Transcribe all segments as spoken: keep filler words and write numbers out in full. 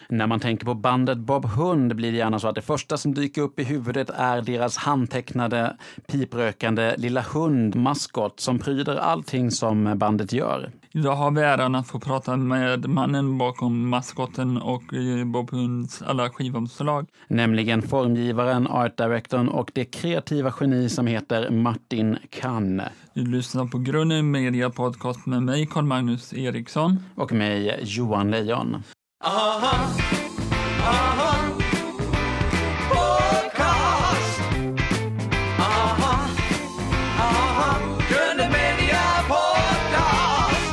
När man tänker på bandet Bob Hund blir det gärna så att det första som dyker upp i huvudet är deras handtecknade, piprökande lilla hund, maskot, som pryder allting som bandet gör. Idag har vi äran att få prata med mannen bakom maskotten och Bob Hunds alla skivomslag. Nämligen formgivaren, artdirektorn och det kreativa geni som heter Martin Kann. Du lyssnar på Grunden Media Podcast med mig, Carl Magnus Eriksson. Och mig, Johan Lejon. Aha, aha, podcast. Aha, aha, Grunden Media Podcast.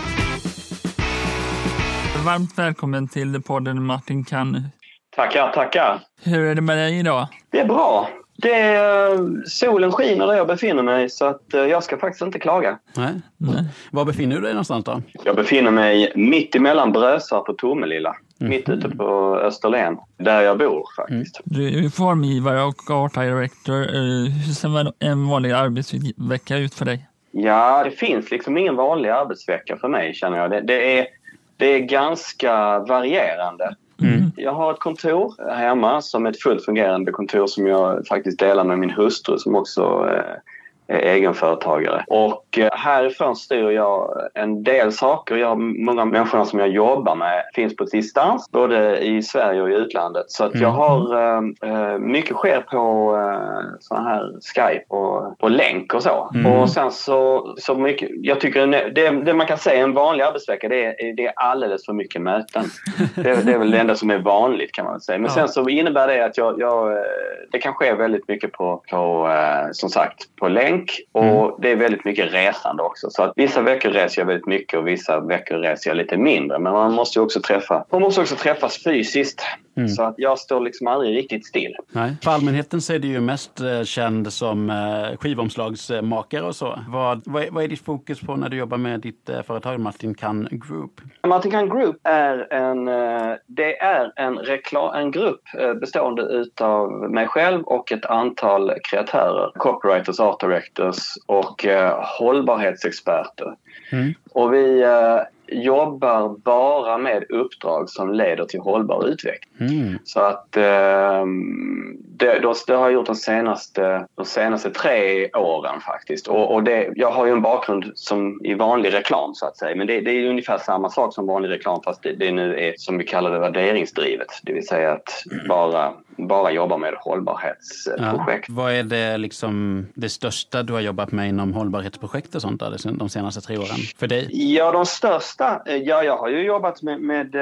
Varmt välkommen till podden Martin Kann. Tackar, tackar. Hur är det med dig idag? Det är bra. Det är, solen skiner där jag befinner mig, så att jag ska faktiskt inte klaga. Nej. Nej. Var befinner du dig någonstans då? Jag befinner mig mitt emellan Brösarp på Tomelilla. Mm. Mitt ute på Österlen, där jag bor faktiskt. Mm. Du är formgivare och art director. Hur ser en vanlig arbetsvecka ut för dig? Ja, det finns liksom ingen vanlig arbetsvecka för mig, känner jag. Det, det, är, det är ganska varierande. Mm. Jag har ett kontor hemma som är ett fullt fungerande kontor som jag faktiskt delar med min hustru som också eh, är egenföretagare. Och eh, härifrån styr jag en del saker. Jag har många människor som jag jobbar med finns på distans, både i Sverige och i utlandet. Så att jag har eh, mycket sker på eh, sån här Skype och på länk och så. Mm. Och sen så, så mycket, jag tycker det, det man kan säga en vanlig arbetsvecka, det är, det är alldeles för mycket möten. Det, det är väl det enda som är vanligt, kan man säga. Men ja. Sen så innebär det att jag, jag, det kan ske väldigt mycket på, på som sagt, på länk. Och mm. det är väldigt mycket resande också. Så att vissa veckor reser jag väldigt mycket och vissa veckor reser jag lite mindre. Men man måste ju också träffa, man måste också träffas fysiskt. Mm. Så att jag står liksom aldrig riktigt still. Nej. För allmänheten så är det ju mest eh, känd som eh, skivomslagsmakare och så. Vad, vad, är, vad är ditt fokus på när du jobbar med ditt eh, företag Martin Kann Group? Martin Kann Group är en, eh, det är en, reklam, en grupp eh, bestående utav mig själv och ett antal kreatörer, copywriters, art directors och eh, hållbarhetsexperter. Mm. Och vi eh, jobbar bara med uppdrag som leder till hållbar utveckling. Mm. Så att eh, det, det har jag gjort de senaste, de senaste tre åren faktiskt. Och, och det, jag har ju en bakgrund som i vanlig reklam så att säga. Men det, det är ungefär samma sak som vanlig reklam, fast det, det nu är som vi kallar det värderingsdrivet. Det vill säga att bara, bara jobba med hållbarhetsprojekt. Ja. Vad är det, liksom, det största du har jobbat med inom hållbarhetsprojekt och sånt där, de senaste tre åren för dig? Ja, de största. Ja, jag har ju jobbat med, med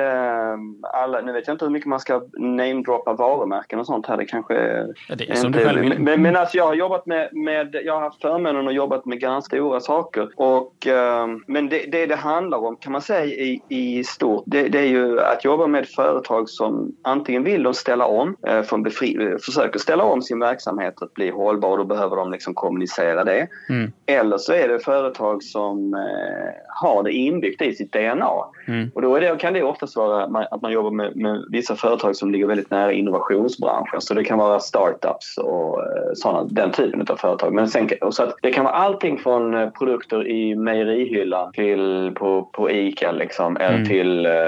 alla, nu vet jag inte hur mycket man ska namedroppa varumärken och sånt här, det kanske ja, det är som inte, du själv vill. Men, men alltså jag har jobbat med, med, jag har haft förmånen och jobbat med ganska stora saker och, men det, det det handlar om, kan man säga i, i stort, det, det är ju att jobba med företag som antingen vill de ställa om, för befri, försöker ställa om sin verksamhet att bli hållbar, då behöver de liksom kommunicera det. Mm. Eller så är det företag som eh, har det inbyggt i sitt D N A. Mm. Och då är det, kan det oftast vara att man jobbar med, med vissa företag som ligger väldigt nära innovationsbranschen. Så det kan vara startups och sådana, den typen av företag. Men sen, så att det kan vara allting från produkter i mejerihyllan till på, på ICA liksom, eller mm. till eh,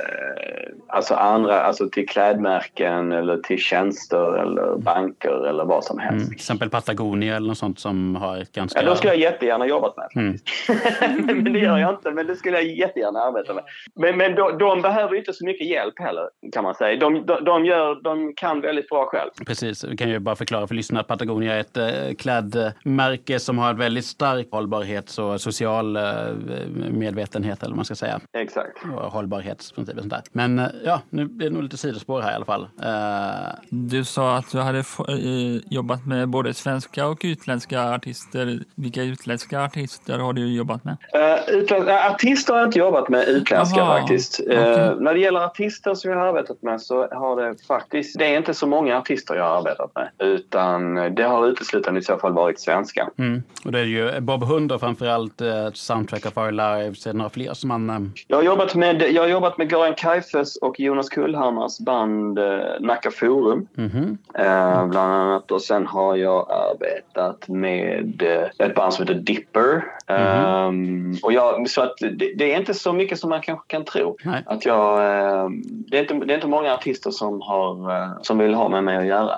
alltså andra, alltså till klädmärken eller till tjänster eller banker eller vad som helst. Mm. Till exempel Patagonia eller något sånt som har ett ganska... Ja, då skulle jag jättegärna jobbat med. Mm. Men det gör jag inte, men det skulle jag jättegärna arbeta med. Men, men de, de behöver inte så mycket hjälp heller, kan man säga. De, de, de, gör, de kan väldigt bra själv. Precis, vi kan ju bara förklara för lyssnarna att Patagonia är ett äh, klädmärke som har ett väldigt stark hållbarhets- och social äh, medvetenhet, eller vad man ska säga. Exakt. Och hållbarhetsprincip och sånt där. Men äh, ja, nu blir det nog lite sidospår här i alla fall. Uh... Du sa att du hade f- äh, jobbat med både svenska och utländska artister. Vilka utländska artister har du jobbat med? Uh, utländ- äh, artister har jag inte jobbat med, utländska Aha, faktiskt. Okay. Uh, när det gäller artister som jag har arbetat med så har det faktiskt, det är inte så många artister jag har arbetat med, utan det har uteslutande i så fall varit svenska. Mm. Och det är ju Bob Hund och framförallt uh, Soundtrack of Our Lives, är det några fler som man... Uh... Jag har jobbat med, jag har jobbat med Göran Kaifes och Jonas Kullhammars band uh, Nacka Forum, mm-hmm. uh, bland annat, och sen har jag arbetat med uh, ett band som heter Dipper, Mm-hmm. Um, och jag, så att det, det är inte så mycket som man kanske kan tro. Nej. Att jag, uh, det, är inte, det är inte många artister som, har, uh, som vill ha med mig att göra.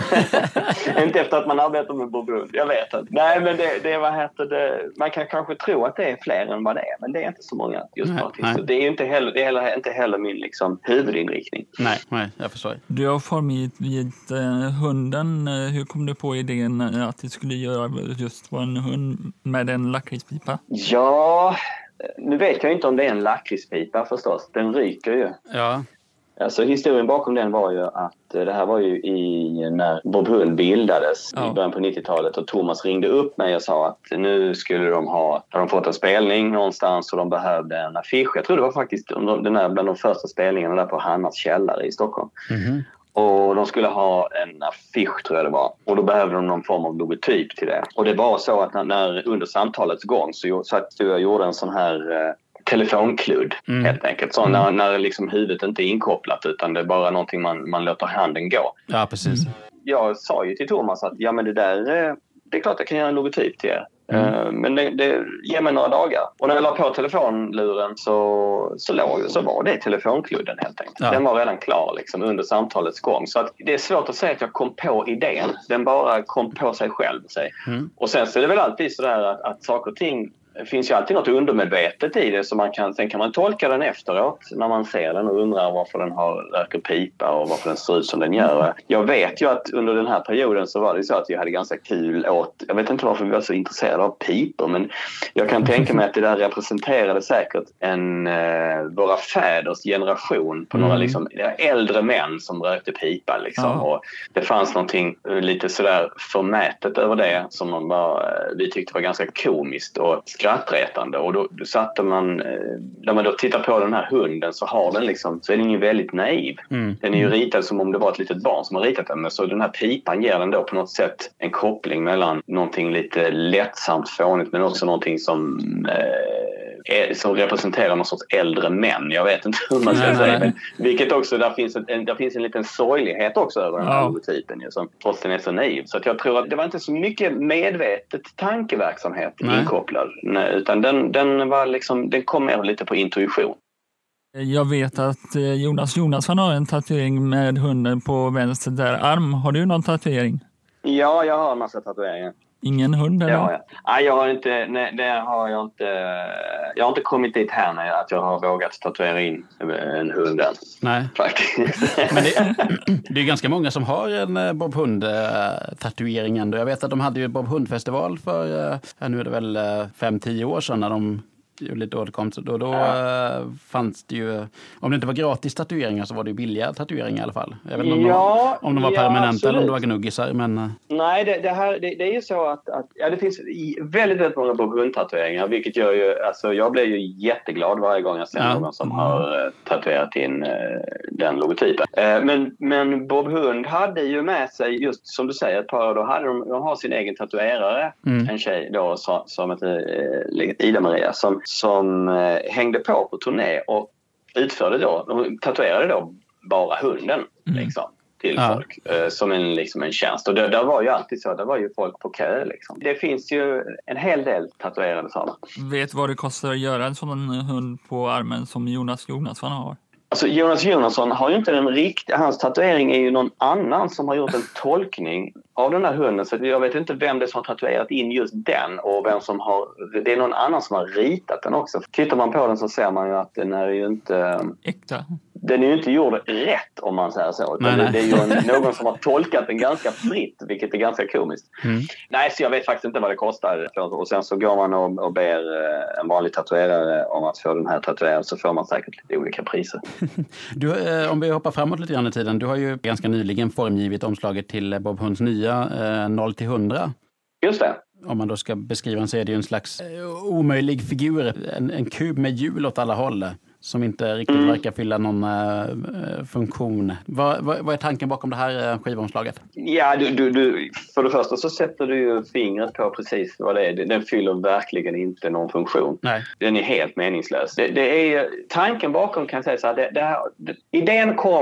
Inte efter att man arbetar med Bob Hund. Jag vet att. Nej, men det, det, vad heter det, man kan kanske tro att det är fler än vad det är. Men det är inte så många just nej, artister. nej. Det är ju inte heller, det är heller, inte heller min liksom, huvudinriktning. Nej, nej, jag förstår. Du har formgivit eh, hunden. Hur kom du på idén att du skulle göra just en hund med en lakritspipa? Ja, nu vet jag inte om det är en lakritspipa förstås. Den ryker ju. Ja. Alltså historien bakom den var ju att det här var ju i när Bob Hund bildades ja. i början på nittiotalet och Thomas ringde upp mig och sa att nu skulle de ha, har de fått en spelning någonstans och de behövde en affisch. Jag tror det var faktiskt den här, bland de första spelningarna där på Hannas källare i Stockholm. Mm-hmm. Och de skulle ha en affisch tror jag det var. Och då behövde de någon form av logotyp till det. Och det var så att när, när under samtalets gång så, så att jag gjorde en sån här eh, telefonkludd mm. helt enkelt. Så mm. när, när liksom huvudet inte är inkopplat utan det är bara någonting man, man låter handen gå. Ja, precis. Mm. Jag sa ju till Thomas att ja men det där, det är klart jag kan göra en logotyp till er. Mm. Men det, det ger mig några dagar. Och när jag la på telefonluren så, så, låg, så var det telefonkludden helt enkelt. Ja. Den var redan klar liksom, under samtalets gång. Så att det är svårt att säga att jag kom på idén. Den bara kom på sig själv. Sig. Mm. Och sen så är det väl alltid sådär att, att saker och ting... Det finns ju alltid något undermedvetet i det så man kan, sen kan man tolka den efteråt när man ser den och undrar varför den har röker pipa och varför den ser ut som den gör. Jag vet ju att under den här perioden så var det så att jag hade ganska kul åt, jag vet inte varför vi var så intresserade av pipor men jag kan tänka mig att det där representerade säkert en, eh, våra fäders generation på mm. några liksom, äldre män som rökte pipa liksom. Ja. Och det fanns någonting lite sådär förmätet över det som man bara, vi tyckte var ganska komiskt och skrattretande och då, då satte man när man då tittar på den här hunden så har den liksom, så är den ju väldigt naiv. Mm. Den är ju ritad som om det var ett litet barn som har ritat den men så den här pipan ger den då på något sätt en koppling mellan någonting lite lättsamt fånigt men också någonting som eh, är, som representerar någon sorts äldre män. Jag vet inte hur man ska nej, säga nej. Men vilket också, där finns, en, där finns en liten sorglighet också över den här ja. logotypen som trots den är så naiv. Så att jag tror att det var inte så mycket medvetet tankeverksamhet nej. inkopplad. Nej, utan den, den, var liksom, den kom mer lite på intuition. Jag vet att Jonas Jonasson har en tatuering med hunden på vänster där arm. Har du någon tatuering? Ja, jag har en massa tatueringar. Ingen hund eller? Ja, ja. Nej, jag har inte, nej, det har jag inte. Jag har inte kommit dit här när jag, att jag har vågat tatuera in en hund än. Nej. Faktiskt. Men det, det är ganska många som har en Bob Hund-tatuering ändå. Jag vet att de hade ju Bob Hund-festival för, nu är det väl fem tio år sedan när de lite återkomst. Då, då ja. fanns det ju, om det inte var gratis tatueringar så var det ju billiga tatueringar i alla fall. Jag vet inte om, ja, de, om de var ja, permanenta absolut. Eller om det var gnuggisar. Men... Nej, det, det, här, det, det är ju så att, att ja, det finns väldigt, väldigt många Bob Hund-tatueringar vilket gör ju, alltså jag blir ju jätteglad varje gång jag ser ja. någon som har uh, tatuerat in uh, den logotypen. Uh, men, men Bob Hund hade ju med sig, just som du säger, ett par år då hade de, de har sin egen tatuerare, mm. en tjej då som, som heter uh, Ida Maria som som eh, hängde på på turné och utförde då, de tatuerade då bara hunden mm. liksom, till ja. folk eh, som en, liksom en tjänst. Och det, där var ju alltid så, det var ju folk på kö liksom. Det finns ju en hel del tatuerade sådana. Vet vad det kostar att göra en sån hund på armen som Jonas Jonasson har? Alltså Jonas Jonasson har ju inte den riktiga, hans tatuering är ju någon annan som har gjort en tolkning av den här hunden. Så jag vet inte vem det är som har tatuerat in just den och vem som har, det är någon annan som har ritat den också. Tittar man på den så ser man ju att den är ju inte... Äkta. Den är ju inte gjord rätt om man säger så. Nej, nej. Det är ju en, någon som har tolkat den ganska fritt, vilket är ganska komiskt. Mm. Nej, så jag vet faktiskt inte vad det kostar. Och sen så går man och, och ber en vanlig tatuerare om att få den här tatuerad så får man säkert lite olika priser. Du, om vi hoppar framåt lite grann i tiden. Du har ju ganska nyligen formgivit omslaget till Bob Hunds nya eh, noll till hundra. Just det. Om man då ska beskriva den så är det ju en slags omöjlig figur. En, en kub med hjul åt alla håll som inte riktigt mm. verkar fylla någon uh, funktion. Vad, vad, vad är tanken bakom det här uh, skivomslaget? Ja, du, du, du, för det första så sätter du ju fingret på precis vad det är. Den fyller verkligen inte någon funktion. Nej. Den är helt meningslös. Det, det är, tanken bakom kan jag säga så här, det, det här, det, idén kom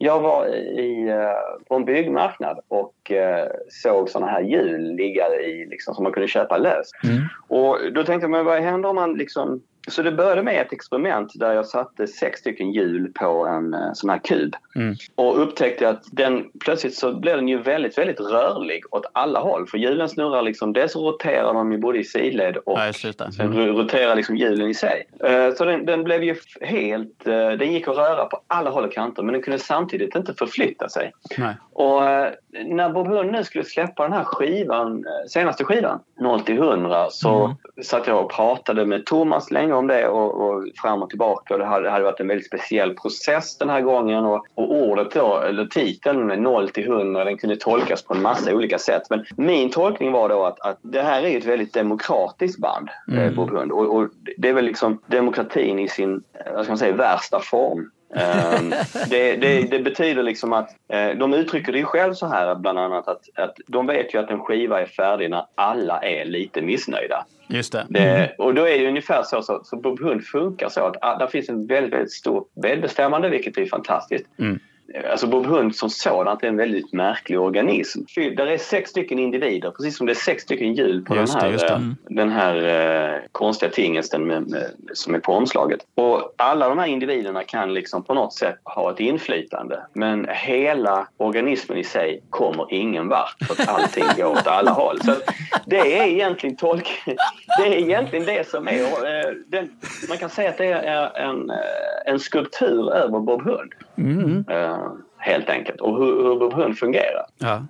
Jag var i, uh, på en byggmarknad och uh, såg såna här hjul ligga i, liksom, som man kunde köpa lös. Mm. Och då tänkte jag, men vad händer om man liksom... Så det började med ett experiment där jag satte sex stycken hjul på en uh, sån här kub. Mm. Och upptäckte att den, plötsligt så blev den ju väldigt, väldigt rörlig åt alla håll. För hjulen snurrar liksom, dels roterar de ju både i sidled och ja, sen roterar liksom hjulen i sig. Uh, så den, den blev ju helt, uh, den gick att röra på alla håll och kanter, men den kunde samtidigt inte förflytta sig. Nej. Och uh, när Bob Hund nu skulle släppa den här skivan, uh, senaste skivan, noll till hundra, så mm. satt jag och pratade med Thomas länge om det och, och fram och tillbaka. Och det hade, det hade varit en väldigt speciell process den här gången. Och, och ordet då, eller titeln med noll till hundra, den kunde tolkas på en massa olika sätt. Men min tolkning var då att, att det här är ett väldigt demokratiskt band, mm. eh, Bob Hund. Och, och det är väl liksom demokratin i sin, vad ska man säga, värsta form. um, det, det, det betyder liksom att uh, de uttrycker det ju själv så här bland annat att, att de vet ju att en skiva är färdig när alla är lite missnöjda. Just det. det och då är det ungefär så, så, så Bob Hund funkar så att uh, där finns en väldigt, väldigt stor medbestämmande, vilket är fantastiskt. Mm. Alltså Bob Hund som sådant är en väldigt märklig organism. Där är sex stycken individer, precis som det är sex stycken hjul på just den här, det, mm. den här uh, konstiga tingesten med, med, som är på omslaget. Och alla de här individerna kan liksom på något sätt ha ett inflytande. Men hela organismen i sig kommer ingen vart för att allting går åt alla håll. Så det är egentligen tolk... Det är egentligen det som är... Uh, den, man kan säga att det är en, uh, en skulptur över Bob Hund. Mm. Uh, helt enkelt. Och hur, hur Bob Hund fungerar. Ja.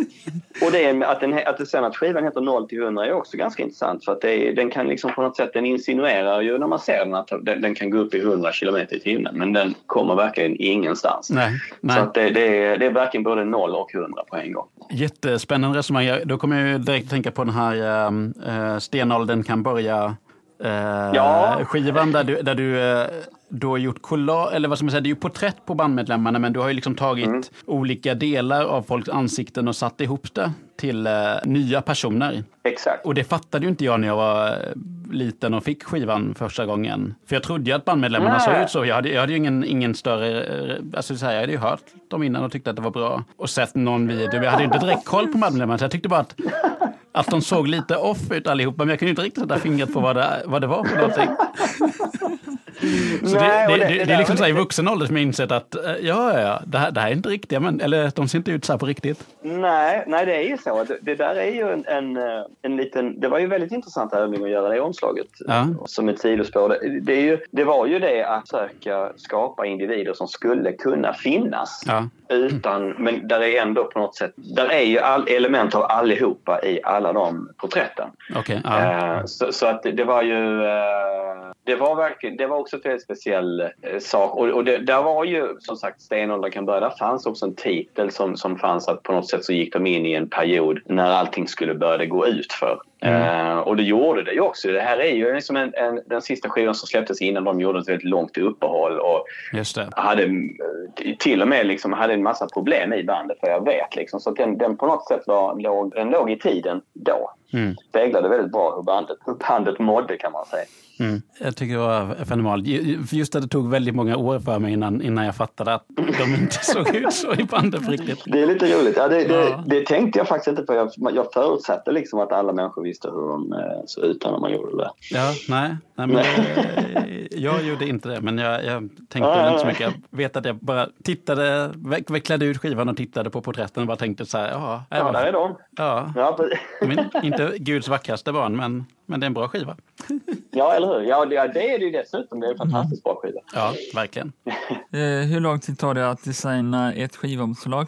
Och det är att, den, att det sen att skivan heter noll till hundra är också ganska intressant. För att det är, den kan liksom på något sätt, den insinuerar ju när man ser den att den, den kan gå upp i hundra kilometer i timmen. Men den kommer verkligen ingenstans. Nej, nej. Så att det, det, är, det är verkligen både noll och hundra på en gång. Jättespännande resonemang. Då kommer jag direkt tänka på den här äh, stenåldern kan börja äh, ja. skivan där du... Där du äh, du har gjort kolla, eller vad ska man säga, det är ju porträtt på bandmedlemmarna, men du har ju liksom tagit mm. olika delar av folks ansikten och satt ihop det till uh, nya personer. Exakt. Och det fattade ju inte jag när jag var liten och fick skivan första gången. För jag trodde ju att bandmedlemmarna Nej. såg ut så. Jag hade, jag hade ju ingen, ingen större, alltså så här, jag hade ju hört dem innan och tyckte att det var bra. Och sett någon video. Jag hade ju inte direkt koll på bandmedlemmarna, så jag tyckte bara att, att de såg lite off ut allihopa, men jag kunde inte riktigt sätta fingret på vad det, vad det var för någonting. Så Nej, det, det, det, det, det är liksom så här i vuxen ålder som jag insett att ja, ja, det här, det här är inte riktiga, men, eller de ser inte ut så här på riktigt. Nej, nej det är ju så. Det, det där är ju en, en, en liten, det var ju väldigt intressant övning att göra det omslaget ja. som ett sidospår. Det, det, är ju, det var ju det att söka skapa individer som skulle kunna finnas ja. utan, men där är ändå på något sätt, där är ju all, element av allihopa i alla de porträtten. Okay, ja. uh, så, så att det, det var ju uh, det var verkligen, det var också en väldigt speciell eh, sak. Och, och det, där var ju, som sagt, stenåldern kan börja. Där fanns också en titel som, som fanns att på något sätt så gick de in i en period när allting skulle börja gå ut för. Mm. Uh, och det gjorde det ju också. Det här är ju liksom en, en, den sista skivan som släpptes innan de gjorde ett väldigt långt uppehåll. Och Just det. hade till och med liksom, hade en massa problem i bandet, för jag vet. Liksom. Så att den, den på något sätt var, låg, den låg i tiden då. Mm. Speglade väldigt bra hur bandet, hur bandet mådde, kan man säga. Mm. Jag tycker det var fenomenalt. Just att det tog väldigt många år för mig innan, innan jag fattade att de inte såg ut så i bandet på riktigt. Det är lite roligt. Ja, det, det, ja. det tänkte jag faktiskt inte på. Jag, jag förutsatte liksom att alla människor visste hur de eh, såg ut när man gjorde det. Ja, nej. nej, men det, jag gjorde inte det, men jag, jag tänkte ja, inte så mycket. Jag vet att jag bara tittade, vecklade ut skivan och tittade på porträtten och bara tänkte så här, ja. Ja, var, där är de. Ja, ja men, inte Guds vackraste barn, men, men det är en bra skiva. Ja, eller hur? Ja, det, det är det ju dessutom. Det är en fantastiskt bra skiva. Ja, verkligen. Hur lång tid tar det att designa ett skivomslag?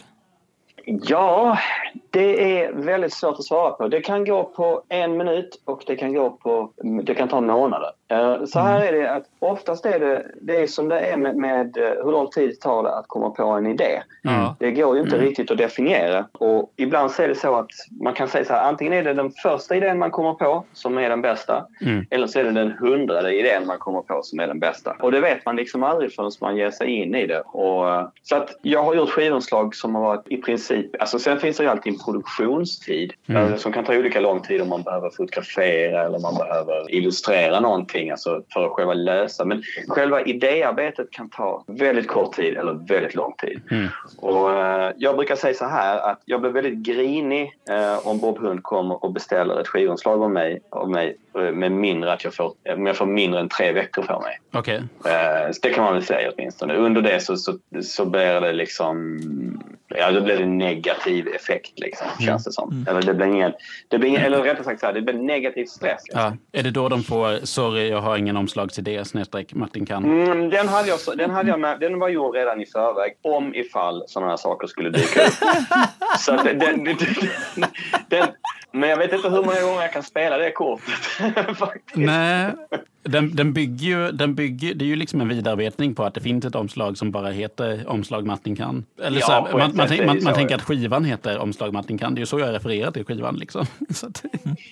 Ja, det är väldigt svårt att svara på. Det kan gå på en minut och det kan gå på, det kan ta månader. Så här är det att oftast är det, det är som det är med, med hur lång tid tar det att komma på en idé. Mm. Det går ju inte mm. riktigt att definiera. Och ibland så är det så att man kan säga så här, antingen är det den första idén man kommer på som är den bästa. Mm. Eller så är det den hundrade idén man kommer på som är den bästa. Och det vet man liksom aldrig förrän man ger sig in i det. Och, så att jag har gjort skivomslag som har varit i princip, alltså sen finns det ju alltid en produktionstid Mm. eh, som kan ta olika lång tid om man behöver fotografera eller man behöver illustrera någonting, alltså för att själva lösa. Men själva idéarbetet kan ta väldigt kort tid eller väldigt lång tid. Mm. Och eh, jag brukar säga så här att jag blir väldigt grinig eh, om Bob Hund kommer och beställer ett skivomslag av mig, av mig eh, med mindre att jag får, om jag får mindre än tre veckor för mig. Okej. Eh, det kan man väl säga åtminstone. Under det så, så, så blir det liksom, ja, det blir en negativ effekt liksom, känns det som. Eller det blir ingen, det blir ingen, eller rättare sagt så här, det blir negativ stress. Liksom. Ja. Är det då de får, sorry jag har ingen omslagsidé, snedstreck Martin kan? Mm, den hade jag, den hade jag med, den var gjord redan i förväg om ifall sådana här saker skulle dyka upp. Så att den, den, den, den, men jag vet inte hur många gånger jag kan spela det kortet. Faktiskt. Nej, den, den bygger ju, den bygger, det är ju liksom en vidarbetning på att det finns ett omslag som bara heter omslag Martin kan. Eller Ja, så här, på man, ett man, sätt tänk, är det man, ju man så, tänker ja. att skivan heter omslag Martin kan. Det är ju så jag refererar till skivan liksom. Så att,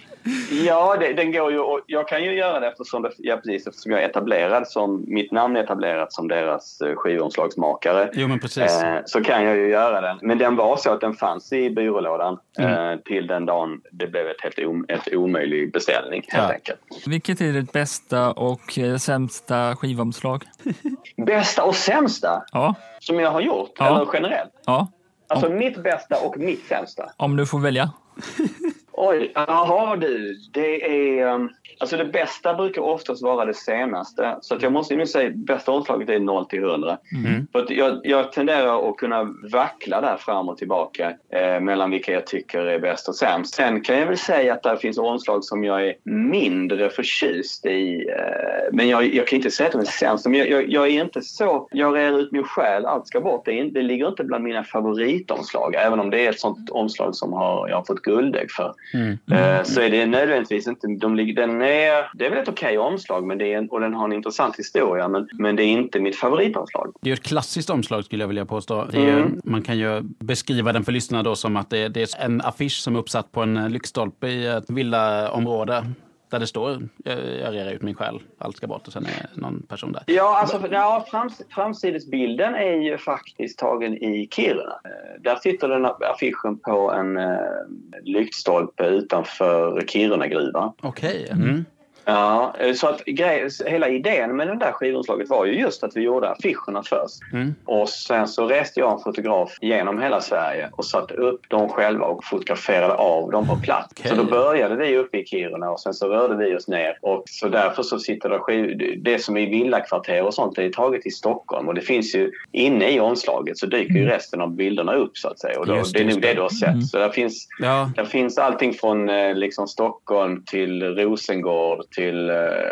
Ja, det, den går ju, och jag kan ju göra det eftersom, det, ja, precis, eftersom jag är etablerad som, mitt namn är etablerat som deras eh, skivomslagsmakare. jo men precis. Eh, så kan jag ju göra den. Men den var så att den fanns i byrålådan Mm. eh, till den dagen det blev ett helt om, ett omöjlig beställning helt Ja. enkelt. Vilket är ditt bästa och eh, sämsta skivomslag? Bästa och sämsta Ja, som jag har gjort, Ja. eller generellt. ja. Alltså mitt bästa och mitt sämsta. Om du får välja. Oj, jaha du. Det är... um, Alltså det bästa brukar oftast vara det senaste. Så att jag måste ju säga bästa omslaget är noll till hundra. Mm. För att jag, jag tenderar att kunna vackla där fram och tillbaka eh, mellan vilka jag tycker är bäst och sämst. Sen kan jag väl säga att det finns omslag som jag är mindre förtjust i. Eh, men jag, jag kan inte säga att de är sämst. Men jag, jag, jag är inte så... Jag rear ut min själ, allt ska bort. Det, är, det ligger inte bland mina favoritomslag. Även om det är ett sånt omslag som har, jag har fått guldägg för. Mm. Eh, så är det nödvändigtvis inte... De ligger, den är, det är väl ett okej omslag men det är, och den har en intressant historia. Men, men det är inte mitt favoritomslag. Det är ju ett klassiskt omslag skulle jag vilja påstå. Det är ju, Mm. man kan ju beskriva den för lyssnarna då som att det, det är en affisch som är uppsatt på en lyktstolpe i ett villaområde. Där det står, jag, jag rear ut min själ, allt ska bort och sen är någon person där. Ja, alltså för, ja, frams, framsidesbilden är ju faktiskt tagen i Kiruna. Eh, där sitter den affischen på en eh, lyktstolpe utanför Kiruna-gruvan. Okej. Mm. Ja, så att grej, hela idén med den där skivomslaget var ju just att vi gjorde affischerna först. Mm. Och sen så reste jag en fotograf genom hela Sverige och satte upp dem själva och fotograferade av dem på plats. Okay. Så då började vi uppe i Kiruna och sen så rörde vi oss ner. Och så därför så sitter det skiv, det som är villakvarter och sånt, det är taget i Stockholm. Och det finns ju inne i omslaget så dyker ju resten av bilderna upp så att säga. Och då, Just det är det, nog det du har sett. Mm. Så där finns, Ja. där finns allting från eh, liksom Stockholm till Rosengård till eh,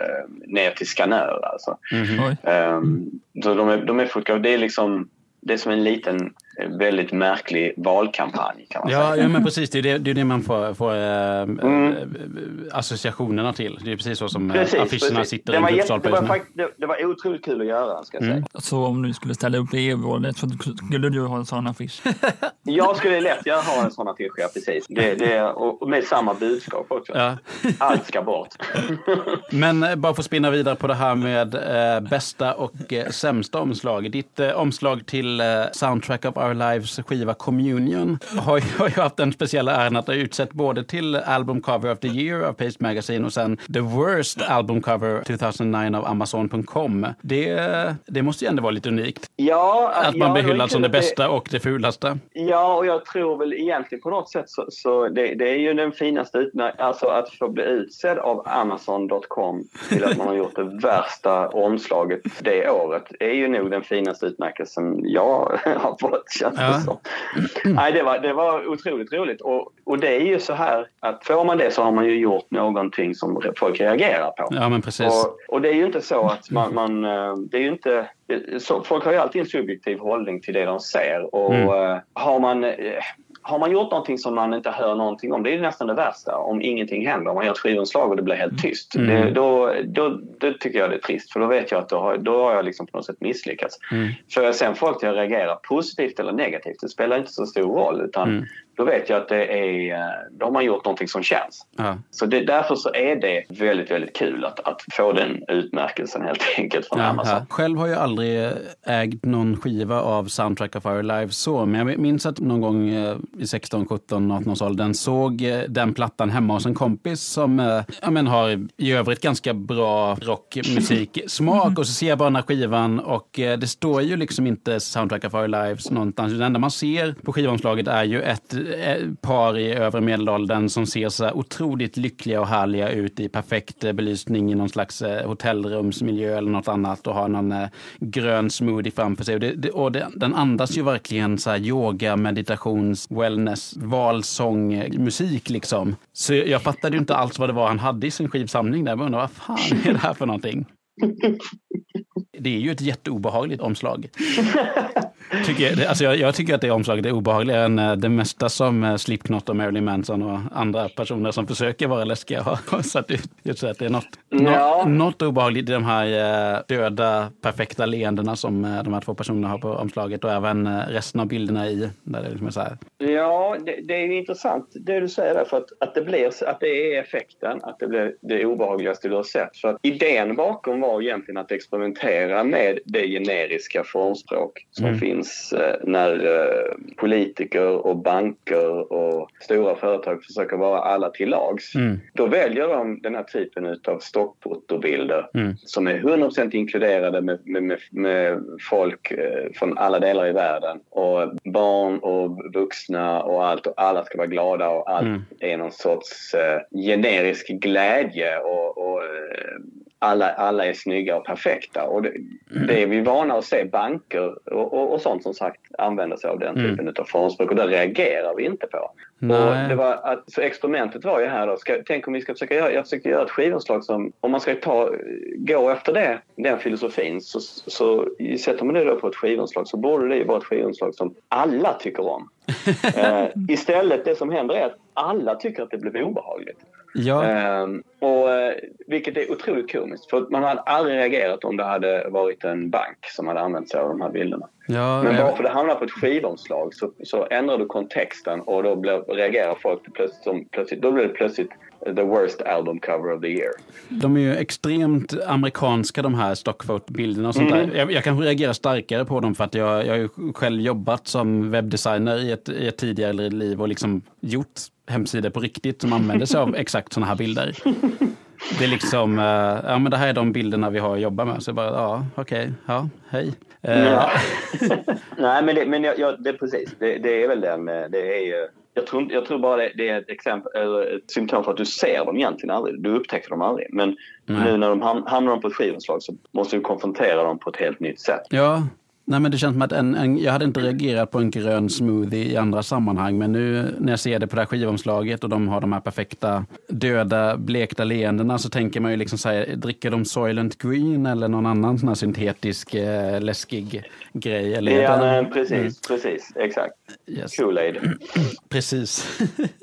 ner till Skanör alltså. Mhm. Oj. Um, så de är, de är fotograf, det är liksom det är som en liten väldigt märklig valkampanj kan man Ja, säga. ja, men precis. Det är det, det, är det man får, får äh, Mm. äh, associationerna till. Det är precis så som Precis, äh, affischerna precis. sitter det i var, en jätte, det, lyktstolpe var just nu. fakt, det, det var otroligt kul att göra ska jag Mm. säga. Så om du skulle ställa upp i E-valet så skulle du ha en sån affisch. Jag skulle lätt jag har en sån affisch, ja, precis. Det, det, och med samma budskap också. Ja. Allt ska bort. Men äh, bara för att spinna vidare på det här med äh, bästa och äh, sämsta omslag. Ditt äh, omslag till äh, Soundtrack of Our Lives skiva Communion har ju, har ju haft den speciella äran att ha utsett både till Album Cover of the Year av Paste Magazine och sen The Worst Album Cover tjugohundranio av Amazon punkt com. Det, det måste ju ändå vara lite unikt. Ja, Att man ja, blir det var hyllad kul som det att det- bästa och det fulaste. Ja, och jag tror väl egentligen på något sätt så, så det, det är ju den finaste utmärkelsen, alltså att få bli utsedd av Amazon punkt com till att man har gjort det värsta omslaget det året är ju nog den finaste utmärkelsen jag har fått, känns Ja. det som. Nej, det var, det var otroligt roligt och, och det är ju så här att får man det så har man ju gjort någonting som folk reagerar på. Ja, men precis. Och, och det är ju inte så att man, man eh, det är ju inte så, folk har ju alltid en subjektiv hållning till det de ser och Mm. eh, har man eh, har man gjort någonting som man inte hör någonting om, det är nästan det värsta om ingenting händer, om man gör ett skivomslag och det blir helt tyst. Mm. Det, då, då, då tycker jag det är trist, för då vet jag att då har, då har jag liksom på något sätt misslyckats. Mm. För sen folk jag reagerar positivt eller negativt, det spelar inte så stor roll, utan Mm. då vet jag att det är, då har man gjort någonting som känns. Ja. Så det, därför så är det väldigt, väldigt kul att, att få den utmärkelsen helt enkelt från Ja, Amazon. ja. Själv har jag aldrig ägt någon skiva av Soundtrack of Our Lives så, men jag minns att någon gång eh, i sexton, sjutton, arton års åldern såg den plattan hemma hos en kompis som ja, men har i övrigt ganska bra rockmusiksmak och så ser jag bara den här skivan och det står ju liksom inte Soundtrack of Our Lives någonstans. Det enda man ser på skivomslaget är ju ett, ett par i övre medelåldern som ser så här otroligt lyckliga och härliga ut i perfekt belysning i någon slags hotellrumsmiljö eller något annat och har någon grön smoothie framför sig. Och, det, det, och det, den andas ju verkligen så här yoga, meditations, wellness, valsång, musik liksom. Så jag fattade ju inte alls vad det var han hade i sin skivsamling där. Jag undrade, vad fan är det här för någonting? Det är ju ett jätteobehagligt omslag. Tycker jag, alltså jag, jag tycker att det omslaget är obehagligare än det mesta som Slipknot och Marilyn Manson och andra personer som försöker vara läskiga har satt ut. Just så att det är något, ja. något, något obehagligt i de här döda, perfekta leendena som de här två personerna har på omslaget och även resten av bilderna i. Där det liksom är så här. Ja, det, det är intressant det du säger där, för att, att, det blir, att det är effekten, att det blir det obehagligaste du har sett. För att idén bakom var egentligen att experimentera med det generiska formspråk som mm. finns eh, när eh, politiker och banker och stora företag försöker vara alla till lags. Mm. Då väljer de den här typen av stockfotobilder mm. som är hundra procent inkluderade med, med, med, med folk eh, från alla delar i världen. Och barn och vuxna och allt. Och alla ska vara glada och allt mm. är någon sorts eh, generisk glädje och, och eh, Alla, alla är snygga och perfekta. Och det, det är vi vana att se banker och, och, och sånt som sagt använder sig av den typen mm. av formspråk. Och det reagerar vi inte på. Och det var att, så experimentet var ju här då. Ska, tänk om vi ska försöka göra, jag försökte göra ett skivomslag som, om man ska ta, gå efter det, den filosofin, så, så sätter man det då på ett skivomslag så borde det ju vara ett skivomslag som alla tycker om. eh, istället det som händer är att alla tycker att det blir obehagligt. Ja. Eh, och, vilket är otroligt komiskt. För man hade aldrig reagerat om det hade varit en bank som hade använt sig av de här bilderna. Ja, men bara jag... för det hamnar på ett skivomslag så, så ändrar du kontexten och då blir, reagerar folk plötsligt, som, plötsligt. Då blir det plötsligt the worst album cover of the year. De är ju extremt amerikanska de här stockfotobilderna och sånt mm. där. Jag, jag kanske reagerar starkare på dem för att jag, jag har ju själv jobbat som webbdesigner i ett, i ett tidigare liv och liksom gjort hemsidor på riktigt som använder sig av exakt såna här bilder. Det är liksom, uh, ja men det här är de bilderna vi har att jobba med. Så bara, ja okej, okay, ja, hej. Uh. Ja. Nej men, det, men jag, jag, det är precis, det, det är väl den, det är ju, jag tror, jag tror bara det, det är ett exempel, eller ett symptom för att du ser dem egentligen aldrig, du upptäcker dem aldrig. Men mm. nu när de hamnar de på ett skivomslag så måste du konfrontera dem på ett helt nytt sätt. Ja. Nej, men det känns som att en, en, jag hade inte reagerat på en grön smoothie i andra sammanhang, men nu när jag ser det på det här skivomslaget och de har de här perfekta döda, blekta leendena så tänker man ju liksom så här, dricker de Soylent Green eller någon annan sån här syntetisk eh, läskig grej? Eller ja, men precis, mm. precis, exakt. Yes. Kool-Aid. Precis.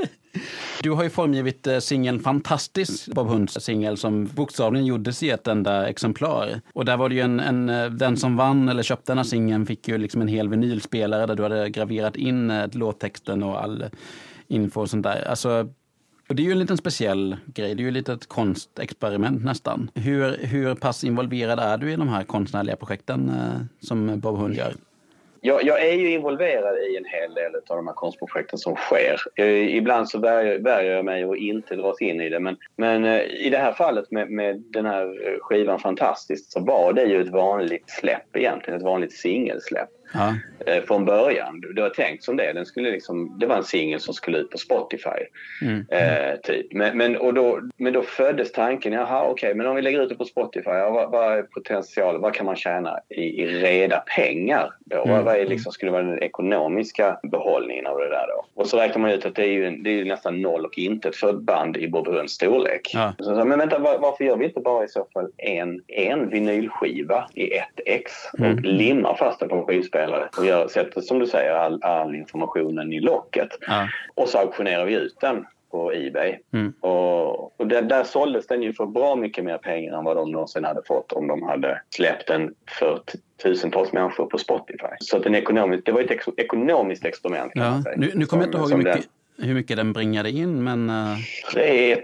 Du har ju formgivit singeln Fantastisk, Bob Hunds singel som bokstavligen gjordes i ett enda exemplar. Och där var det ju en, en den som vann eller köpte den här singeln fick ju liksom en hel vinylspelare där du hade graverat in låttexten och all info och sånt där. Alltså, och det är ju en liten speciell grej, det är ju lite ett konstexperiment nästan. Hur, hur pass involverad är du i de här konstnärliga projekten eh, som Bob Hund gör? Jag, jag är ju involverad i en hel del av de här konstprojekten som sker. Eh, ibland så värjer, värjer jag mig och inte dras in i det. Men, men eh, i det här fallet med, med den här skivan Fantastiskt så var det ju ett vanligt släpp egentligen. Ett vanligt singelsläpp. Ja. Eh, från början. Det var tänkt som det. Den skulle liksom, det var en singel som skulle ut på Spotify. Mm. Eh, typ. Men, men, och då, men då föddes tanken, jaha okej, okay, men om vi lägger ut det på Spotify, ja, vad, vad är potential, vad kan man tjäna i, i reda pengar då? Mm. Vad, vad är liksom, skulle vara den ekonomiska behållningen av det där då? Och så räknar man ut att det är ju, det är ju nästan noll och intet för ett band i Bob Hunds storlek. Ja. Så, så, men vänta, var, varför gör vi inte bara i så fall en, en vinylskiva i ett ex och mm. limmar fast den på en skivspelare och gör, sätter, som du säger, all, all informationen i locket. Ja. Och så auktionerar vi ut den på eBay. Mm. Och, och där, där såldes den ju för bra mycket mer pengar än vad de någonsin hade fått om de hade släppt den för t- tusentals människor på Spotify. Så att den ekonomisk, det var ett ex- ekonomiskt experiment kan ja. man säga. Nu, nu kommer jag inte ihåg hur mycket... hur mycket den bringade in, men... Uh... tre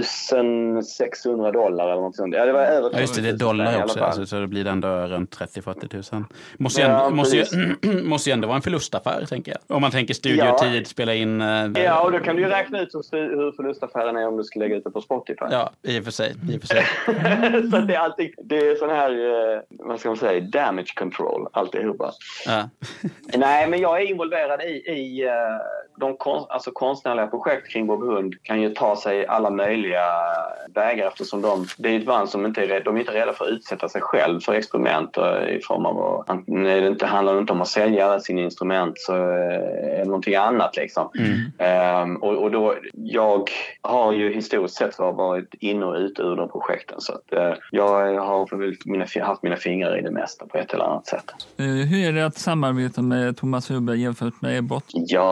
tusen sexhundra dollar eller något sånt. Ja, det var över ja, just det, det är dollar också, alltså, så det blir ändå runt trettio till fyrtio tusen. Måste ju, ja, ändå, måste, ju, måste ju ändå vara en förlustaffär, tänker jag. Om man tänker studiotid, ja. spela in... Uh... Ja, och då kan du ju räkna ut hur förlustaffären är om du ska lägga ut det på Spotify. Ja, i och för sig. I och för sig. Så det är alltid, det är sån här, uh, vad ska man säga, damage control, alltihopa. Ja. Nej, men jag är involverad i, i uh, de konst, alltså konstnärliga projekt kring Bob Hund kan ju ta sig alla möjliga vägar eftersom de, det är ett band som inte är rädda, de är inte rädda för att utsätta sig själv för experiment i form av att det inte handlar inte om att sälja sina instrument så är det någonting annat liksom. Mm. Um, och, och då, jag har ju historiskt sett varit in och ut ur de projekten så att uh, jag har mina, haft mina fingrar i det mesta på ett eller annat sätt. Uh, hur är det att samarbeta med Thomas Huber jämfört med Ebbot?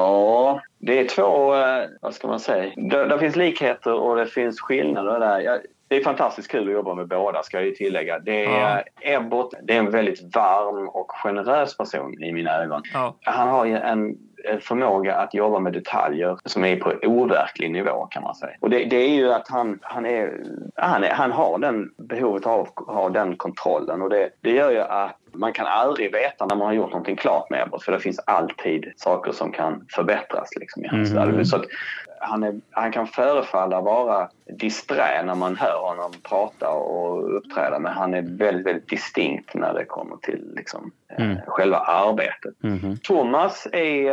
Ja, det är två, uh, vad ska man säga, det, det finns likheter och det finns skillnader där. Jag, det är fantastiskt kul att jobba med båda, ska jag ju tillägga. Det är, ja. Ebbot, det är en väldigt varm och generös person i mina ögon. Ja. Han har ju en förmåga att jobba med detaljer som är på overklig nivå kan man säga. Och det, det är ju att han, han, är, han, är, han har den behovet av att ha den kontrollen och det, det gör ju att man kan aldrig veta när man har gjort någonting klart med Ebbot för det finns alltid saker som kan förbättras liksom i hans mm. värld. Så att han, är, han kan förefalla vara disträ när man hör honom prata och uppträda men han är väldigt, väldigt distinkt när det kommer till liksom, mm. eh, själva arbetet. Mm. Thomas är,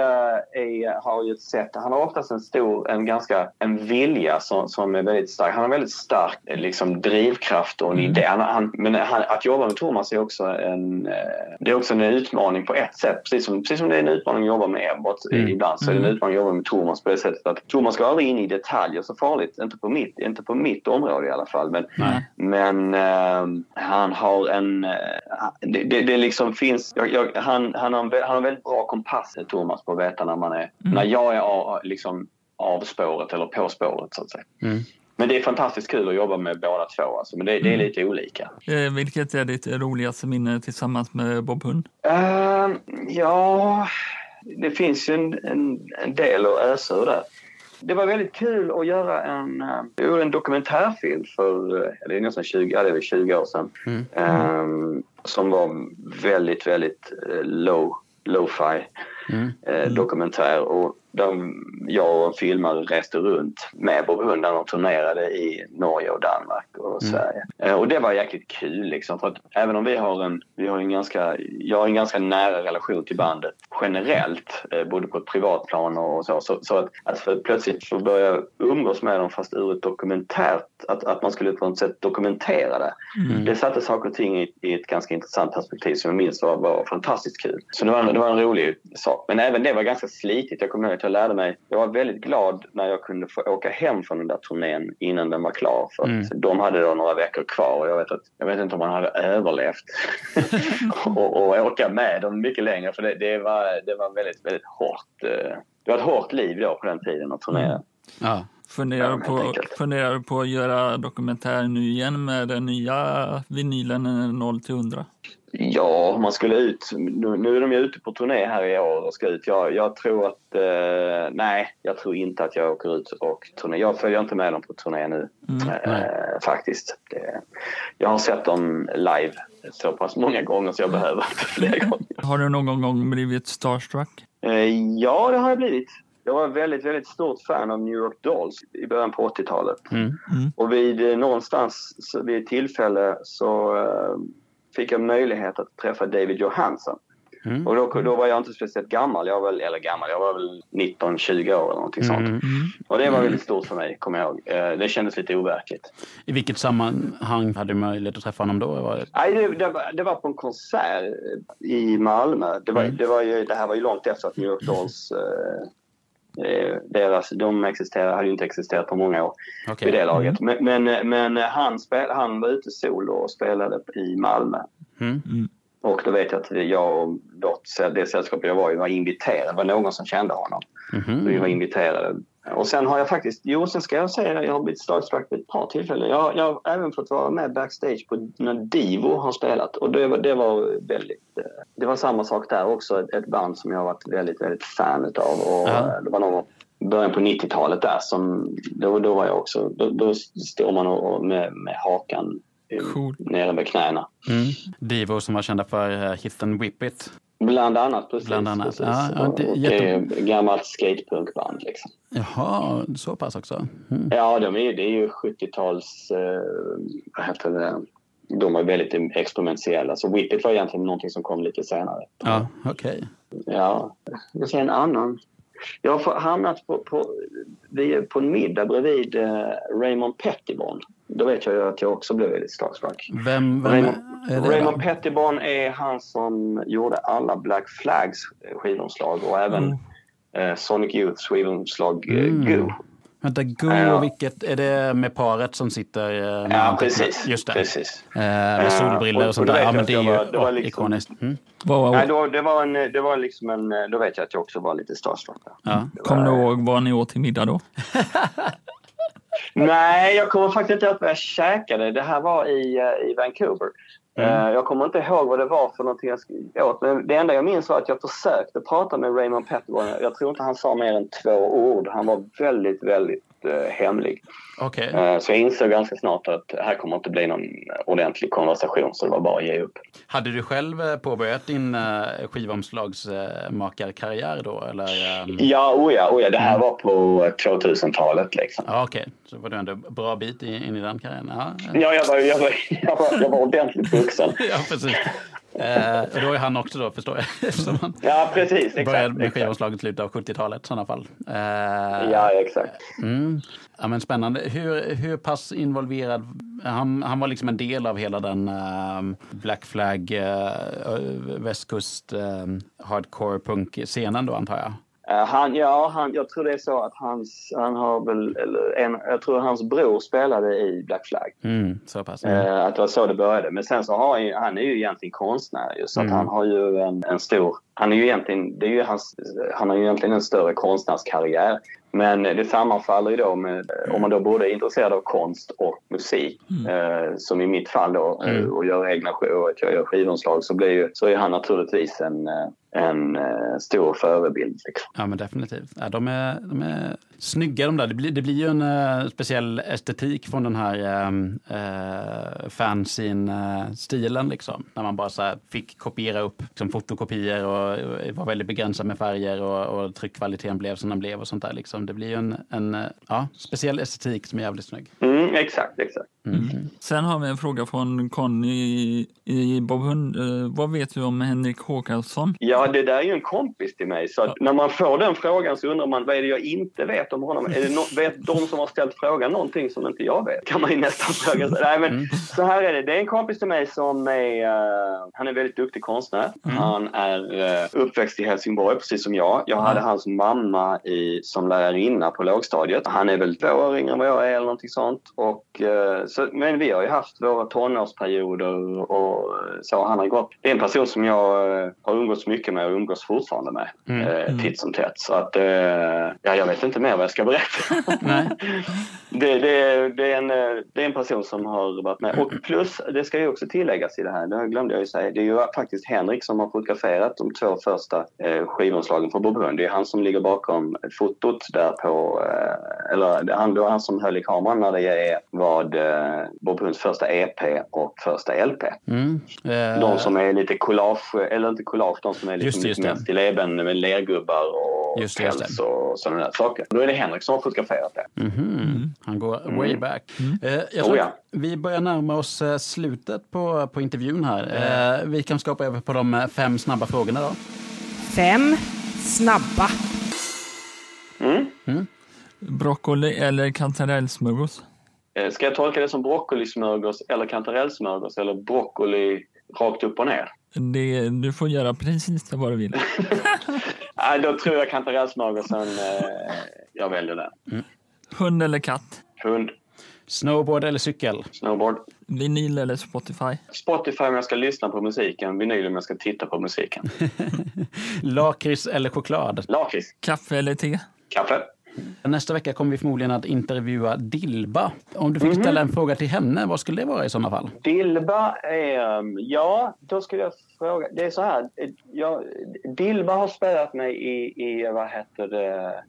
är, har ju ett sätt, han har oftast en stor, en ganska, en vilja som, som är väldigt stark. Han har väldigt stark liksom, drivkraft och en mm. idé. Han, han, men han, att jobba med Thomas är också en, det är också en utmaning på ett sätt. Precis som, precis som det är en utmaning att jobba med Ebbot mm. ibland så är det en utmaning att jobba med Thomas på det sättet att Thomas ska aldrig in i detaljer så farligt, inte på mitt inte på mitt område i alla fall men, men uh, han har en uh, det, det, det liksom finns jag, jag, han, han, har en, han har en väldigt bra kompass Thomas på att veta när man är mm. när jag är av, liksom av spåret eller på spåret så att säga. Mm. Men det är fantastiskt kul att jobba med båda två alltså, men det, det är lite mm. olika. Eh, vilket är ditt roligaste minne tillsammans med Bob Hund? Uh, ja det finns ju en, en, en del att ösa ur där. Det var väldigt kul att göra en, uh, en dokumentärfilm för uh, det är nästan tjugo, ja, det är tjugo år sedan. Mm. Um, som var väldigt, väldigt uh, low, lo-fi mm. uh, dokumentär. Och de, jag och en filmare reste runt med Bob Hund när de turnerade i Norge och Danmark och mm. Sverige. Uh, och det var jäkligt kul liksom, för att även om vi har en, vi har en ganska, jag har en ganska nära relation till bandet generellt, uh, både på ett privat plan och så, så, så att, att för plötsligt få börja umgås med dem fast ur ett dokumentärt, att, att man skulle på något sätt dokumentera det. Mm. Det satte saker och ting i, i ett ganska intressant perspektiv som jag minns var, var fantastiskt kul. Så det var, en, det var en rolig sak. Men även det var ganska slitigt. Jag kommer ihåg att jag lärde mig, jag var väldigt glad när jag kunde få åka hem från den där turnén innan den var klar. För mm. de hade då några veckor kvar och jag vet, att, jag vet inte om man hade överlevt och, och åka med dem mycket längre. För det, det, var, det var väldigt, väldigt hårt. Det var ett hårt liv då på den tiden att turnera. Mm. Ja. Funderar du på, funderar på att göra dokumentär nu igen med den nya vinylen noll till hundra? Ja, man skulle ut. Nu, nu är de ju ute på turné här i år och ska ut. Jag, jag tror att... Eh, nej, jag tror inte att jag åker ut och turné. Jag följer inte med dem på turné nu, mm, eh, faktiskt. Det, jag har sett dem live så pass många gånger så jag behöver inte fler gånger. Har du någon gång blivit starstruck? Eh, ja, det har jag blivit. Jag var väldigt, väldigt stort fan av New York Dolls i början på åttiotalet. Mm. Mm. Och vid någonstans vid ett tillfälle så uh, fick jag möjlighet att träffa David Johansen. Mm. Och då, då var jag inte speciellt gammal. Jag var väl, eller gammal, jag var väl nitton tjugo år eller någonting sånt. Mm. Och det var väldigt stort för mig, kommer jag ihåg. Uh, det kändes lite overkligt. I vilket sammanhang hade du möjlighet att träffa honom då? Var det... Nej, det, det, var, det var på en konsert i Malmö. Det, var, mm. det, var ju, det här var ju långt efter att New York Dolls... Uh, Deras, de existerar, hade ju inte existerat på många år okay. vid det laget. Mm. Men, men, men han, spel, han var ute solo och spelade i Malmö. Mm. Mm. Och då vet jag att jag och det sällskapet jag var i var inviterade. Det var någon som kände honom. Mm. Så vi var inviterade. Och sen har jag faktiskt, jo sen ska jag säga att jag har blivit starstruck vid ett par tillfällen. Jag, jag har även fått vara med backstage på när Divo har spelat. Och det var, det var väldigt, det var samma sak där också. Ett, ett band som jag har varit väldigt, väldigt fan utav. Och ja. det var någon, början på nittiotalet där. Som, då, då var jag också, då, då står man och, med, med hakan cool. nere med knäna. Mm. Divo som var kända för uh, Hit and Whip It. Bland annat, precis. Bland annat. precis. Ja, ja, det, och jätte... det är gammalt skatepunkband liksom. Jaha, så pass också. Mm. Ja, de är, det är ju sjuttio-tals, eh, vad heter det? De var väldigt experimentella. Så Whip It var egentligen någonting som kom lite senare. Ja, okej. Okay. Ja, jag ser en annan. Jag har hamnat på, på, vi är på en middag bredvid eh, Raymond Pettibon. Då vet jag ju att jag också blev väldigt starstruck. Vem, vem Raymond, är det? Raymond Pettibon är han som gjorde alla Black Flags skivomslag och även mm. eh, Sonic Youths skivomslag eh, mm. Go. Vänta, Go, ja. Vilket är det med paret som sitter? Eh, ja, precis. Just det. Precis. Eh, med solbriller och, och sånt där. Ja, men det är ju var, det var liksom, ikoniskt. Mm. Wow, wow. Nej, då, det, var en, det var liksom en... Då vet jag att jag också var lite starstruck. Ja. Kommer du ihåg vad ni åt till middag då? Nej, jag kommer faktiskt inte ihåg vad jag käkade. Det här var i, i Vancouver. Mm. Jag kommer inte ihåg vad det var för någonting jag åt. Men det enda jag minns var att jag försökte prata med Raymond Pettibon. Jag tror inte han sa mer än två ord. Han var väldigt, väldigt uh, hemlig. Okay. Uh, så jag insåg ganska snart att här kommer inte bli någon ordentlig konversation. Så det var bara att ge upp. Hade du själv påbörjat din uh, skivomslagsmakarkarriär då? Eller, um... Ja, oja, oja. Det här mm. var på tvåtusentalet liksom. Ja, okej. Okay. Så var du ändå bra bit in i den karriären? Ja, ja jag, var, jag, var, jag, var, jag var ordentligt vuxen. Ja, precis. Eh, och då är han också då, förstår jag. Som han ja, precis. Exakt. Började med skivomslaget i slutet av sjuttiotalet i sådana fall. Eh, ja, exakt. Mm. Ja, men spännande. Hur, hur pass involverad... Han, han var liksom en del av hela den uh, Black Flag, uh, västkust, uh, hardcore punk-scenen då, antar jag. Uh, han, ja, han, jag tror det är så att hans, han har väl, eller en, jag tror hans bror spelade i Black Flag. Mm, så pass. Mm. Uh, att det var så det började. Men sen så har han, han är ju egentligen konstnär ju, så mm. att han har ju en, en stor, han är ju egentligen, det är ju hans, han har ju egentligen en större konstnärskarriär. Men det sammanfaller ju då med, om man då både är intresserad av konst och musik, mm. eh, som i mitt fall då, mm. och gör egna och att jag gör skivomslag, så blir ju, så är han naturligtvis en, en uh, stor förebild. Liksom. Ja, men definitivt. Ja, de, är, de är snygga de där. Det blir, det blir ju en uh, speciell estetik från den här um, uh, fanzine-stilen liksom. När man bara så här, fick kopiera upp liksom, fotokopier och, och var väldigt begränsad med färger och, och tryckkvaliteten blev som den blev och sånt där liksom. Det blir ju en, en ja, speciell estetik som är jävligt snygg. Mm, exakt, exakt. Mm. Mm. Sen har vi en fråga från Conny i, i Bob Hund. Uh, vad vet du om Henrik Håkansson? Ja, det där är ju en kompis till mig. Så att när man får den frågan så undrar man, vad är det jag inte vet om honom? Är det no- vet de som har ställt frågan någonting som inte jag vet? Kan man ju nästan fråga sig. Nej, men mm. så här är det. Det är en kompis till mig som är, uh, han är väldigt duktig konstnär. Mm. Han är uh, uppväxt i Helsingborg, precis som jag. Jag hade hans mamma i, som lärarinna på lågstadiet. Han är väl två år yngre än vad jag är eller någonting sånt. Och, uh, så, men vi har ju haft våra tonårsperioder och så. Han har gått. Det är en person som jag uh, har umgåtts mycket med och umgås fortfarande med. Mm. Uh, titt som tätt. Så att, uh, ja, jag vet inte mer vad jag ska berätta. Nej. det, det, det, är en, det är en person som har varit med. Och plus, det ska ju också tilläggas i det här. Det glömde jag ju säga. Det är ju faktiskt Henrik som har fotograferat de två första uh, skivomslagen för Bob Hund. Det är han som ligger bakom fotot där på, uh, eller det är han som höll i kameran när det är vad uh, Bob Hunds första E P och första L P. Mm. Uh, de som är lite collage, eller inte collage, de som är just, lite just mer stilleben med lergubbar och just, päls just och sådana där saker. Då är det Henrik som har fotograferat det. Mm-hmm. Mm. Han går mm. way back. Mm. Uh, jag tror oh, ja. Vi börjar närma oss uh, slutet på, på intervjun här. Uh, vi kan skapa över på de fem snabba frågorna då. Fem snabba. Mm. Mm. Broccoli eller kantarellsmörgås? Ska jag tolka det som broccolismörgås eller kantarellsmörgås eller broccoli rakt upp och ner? Det, du får göra precis vad du vill. Nej, då tror jag kantarellsmörgåsen. Eh, jag väljer den. Mm. Hund eller katt? Hund. Snowboard eller cykel? Snowboard. Vinyl eller Spotify? Spotify om jag ska lyssna på musiken. Vinyl om jag ska titta på musiken. Lakrits eller choklad? Lakrits. Kaffe eller te? Kaffe. Nästa vecka kommer vi förmodligen att intervjua Dilba. Om du fick mm-hmm. ställa en fråga till henne, vad skulle det vara i sådana fall? Dilba är, ja, då skulle jag fråga, det är så här, jag, Dilba har spelat mig i, i vad heter det,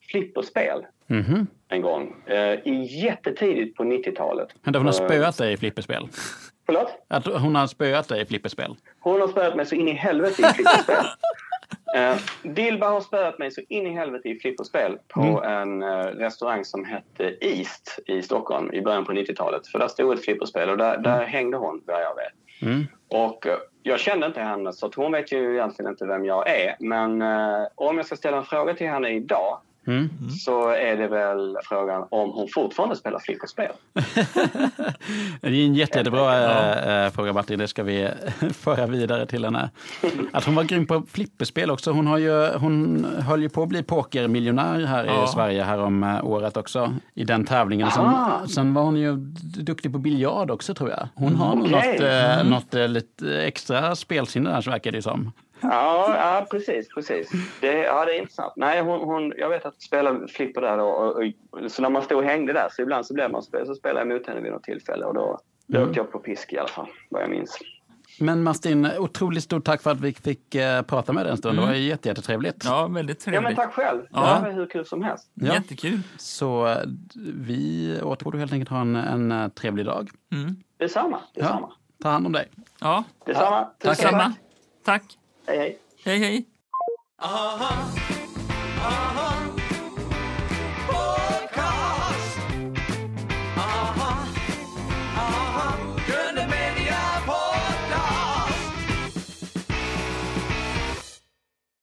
flipperspel Mhm. en gång. Eh, jättetidigt på nittiotalet. Men hon har Eh, spöat dig i flipperspel. Förlåt? Att hon har spöat dig i flipperspel. Hon har spöat mig så in i helvete i flipperspel. Uh, Dilba har spöat mig så in i helvete i flipperspel på mm. en uh, restaurang som hette East i Stockholm i början på nittiotalet. För där stod ett flipperspel och där, mm. där hängde hon, vad jag vet. Mm. Och uh, jag kände inte henne, så att hon vet ju egentligen inte vem jag är. Men uh, om jag ska ställa en fråga till henne idag Mm. Mm. så är det väl frågan om hon fortfarande spelar flipperspel. Det är en jätte, jättebra ja. äh, fråga, Martin. Det ska vi föra vidare till henne. Att hon var grym på flipperspel också. Hon, har ju, hon höll ju på att bli pokermiljonär här ja. i Sverige här om äh, året också. I den tävlingen. Sen, sen var hon ju duktig på biljard också, tror jag. Hon mm. har okay. något, äh, mm. något äh, lite extra spelsinne där, så verkar det som. Ja, ja, precis, precis. Det, ja, det är intressant. Nej, hon, hon, jag vet att hon spelar flipper där och, och, och så när man stod och hängde där så ibland så blev man spel, så spelade jag mot henne vid något tillfälle och då, då mm. åkte jag på pisk i alla fall, vad jag minns. Men Martin, otroligt stort tack för att vi fick uh, prata med dig en stund. Mm. Det var jätte, jättetrevligt. Ja, väldigt trevligt. Ja, men tack själv. Ja. Det var hur kul som helst. Ja. Jättekul. Så uh, vi återgår helt enkelt ha en, en uh, trevlig dag. Mm. Detsamma, detsamma. Ja. Ta hand om dig. Ja. Detsamma. Tack. Detsamma. Tack. Hej, hej. Hej, hej. Aha, aha.